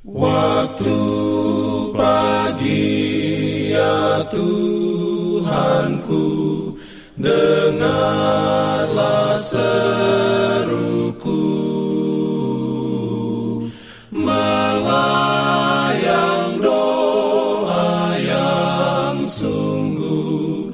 Waktu pagi ya Tuhanku, dengarlah seruku, melayang doa yang sungguh,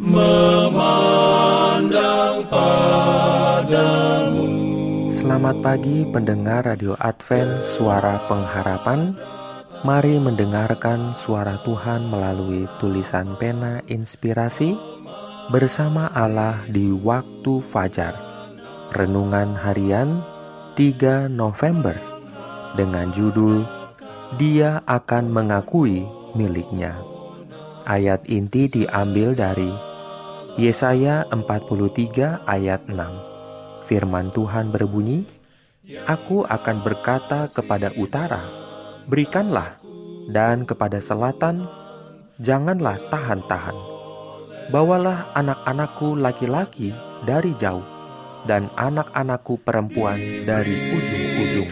memandang padamu. Selamat pagi pendengar Radio Advent Suara Pengharapan. Mari mendengarkan suara Tuhan melalui tulisan pena inspirasi bersama Allah di waktu fajar. Renungan harian 3 November dengan judul Dia akan mengakui miliknya. Ayat inti diambil dari Yesaya 43 ayat 6. Firman Tuhan berbunyi, Aku akan berkata kepada utara, berikanlah, dan kepada selatan, janganlah tahan-tahan. Bawalah anak-anakku laki-laki dari jauh, dan anak-anakku perempuan dari ujung-ujung.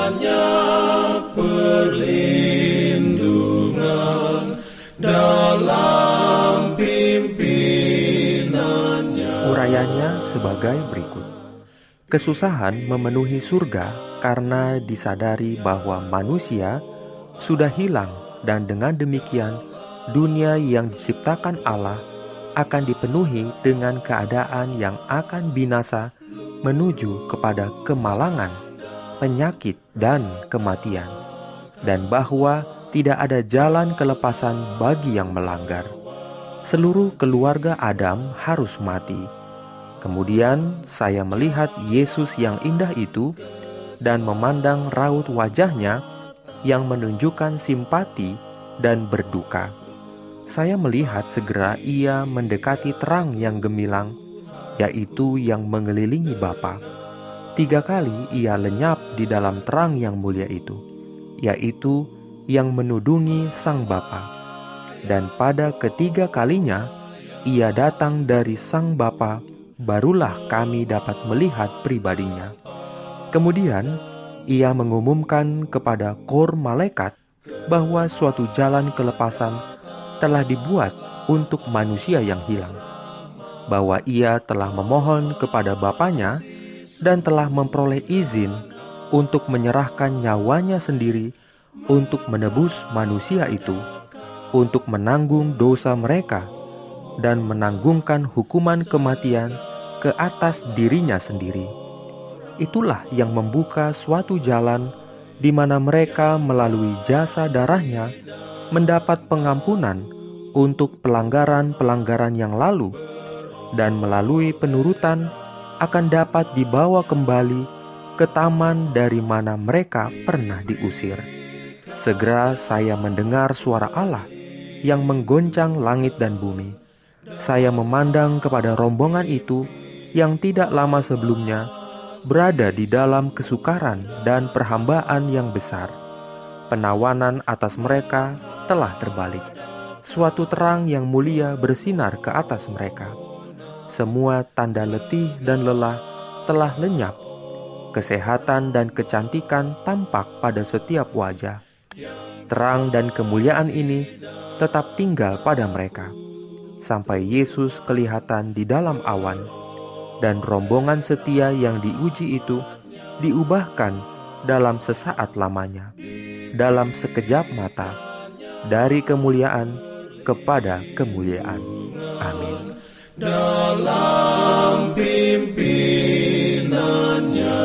Perlindungan dalam pimpinannya. Urayanya sebagai berikut. Kesusahan memenuhi surga karena disadari bahwa manusia sudah hilang, dan dengan demikian dunia yang diciptakan Allah akan dipenuhi dengan keadaan yang akan binasa menuju kepada kemalangan, penyakit, dan kematian, dan bahwa tidak ada jalan kelepasan bagi yang melanggar. Seluruh keluarga Adam harus mati. Kemudian saya melihat Yesus yang indah itu dan memandang raut wajahnya yang menunjukkan simpati dan berduka. Saya melihat segera ia mendekati terang yang gemilang, yaitu yang mengelilingi Bapa. 3 kali ia lenyap di dalam terang yang mulia itu, yaitu yang menudungi Sang Bapa. Dan pada ketiga kalinya ia datang dari Sang Bapa, barulah kami dapat melihat pribadinya. Kemudian ia mengumumkan kepada kor malaikat bahwa suatu jalan kelepasan telah dibuat untuk manusia yang hilang, bahwa ia telah memohon kepada Bapanya dan telah memperoleh izin untuk menyerahkan nyawanya sendiri untuk menebus manusia itu, untuk menanggung dosa mereka dan menanggungkan hukuman kematian ke atas dirinya sendiri. Itulah yang membuka suatu jalan di mana mereka melalui jasa darahnya mendapat pengampunan untuk pelanggaran-pelanggaran yang lalu, dan melalui penurutan akan dapat dibawa kembali ke taman dari mana mereka pernah diusir. Segera saya mendengar suara Allah yang menggoncang langit dan bumi. Saya memandang kepada rombongan itu yang tidak lama sebelumnya berada di dalam kesukaran dan perhambaan yang besar. Penawanan atas mereka telah terbalik. Suatu terang yang mulia bersinar ke atas mereka. Semua tanda letih dan lelah telah lenyap. Kesehatan dan kecantikan tampak pada setiap wajah. Terang dan kemuliaan ini tetap tinggal pada mereka, sampai Yesus kelihatan di dalam awan, dan rombongan setia yang diuji itu diubahkan dalam sesaat lamanya, dalam sekejap mata, dari kemuliaan kepada kemuliaan. Amin. Dalam pimpinannya,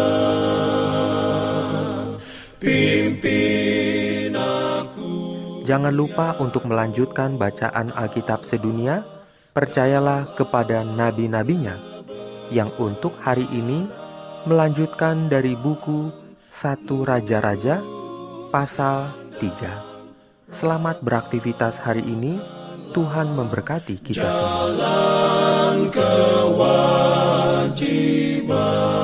pimpin aku. Jangan lupa untuk melanjutkan bacaan Alkitab sedunia. Percayalah kepada nabi-nabinya, yang untuk hari ini melanjutkan dari buku 1 Raja-Raja pasal 3. Selamat beraktivitas hari ini. Tuhan memberkati kita semua. Jalan kewajiban.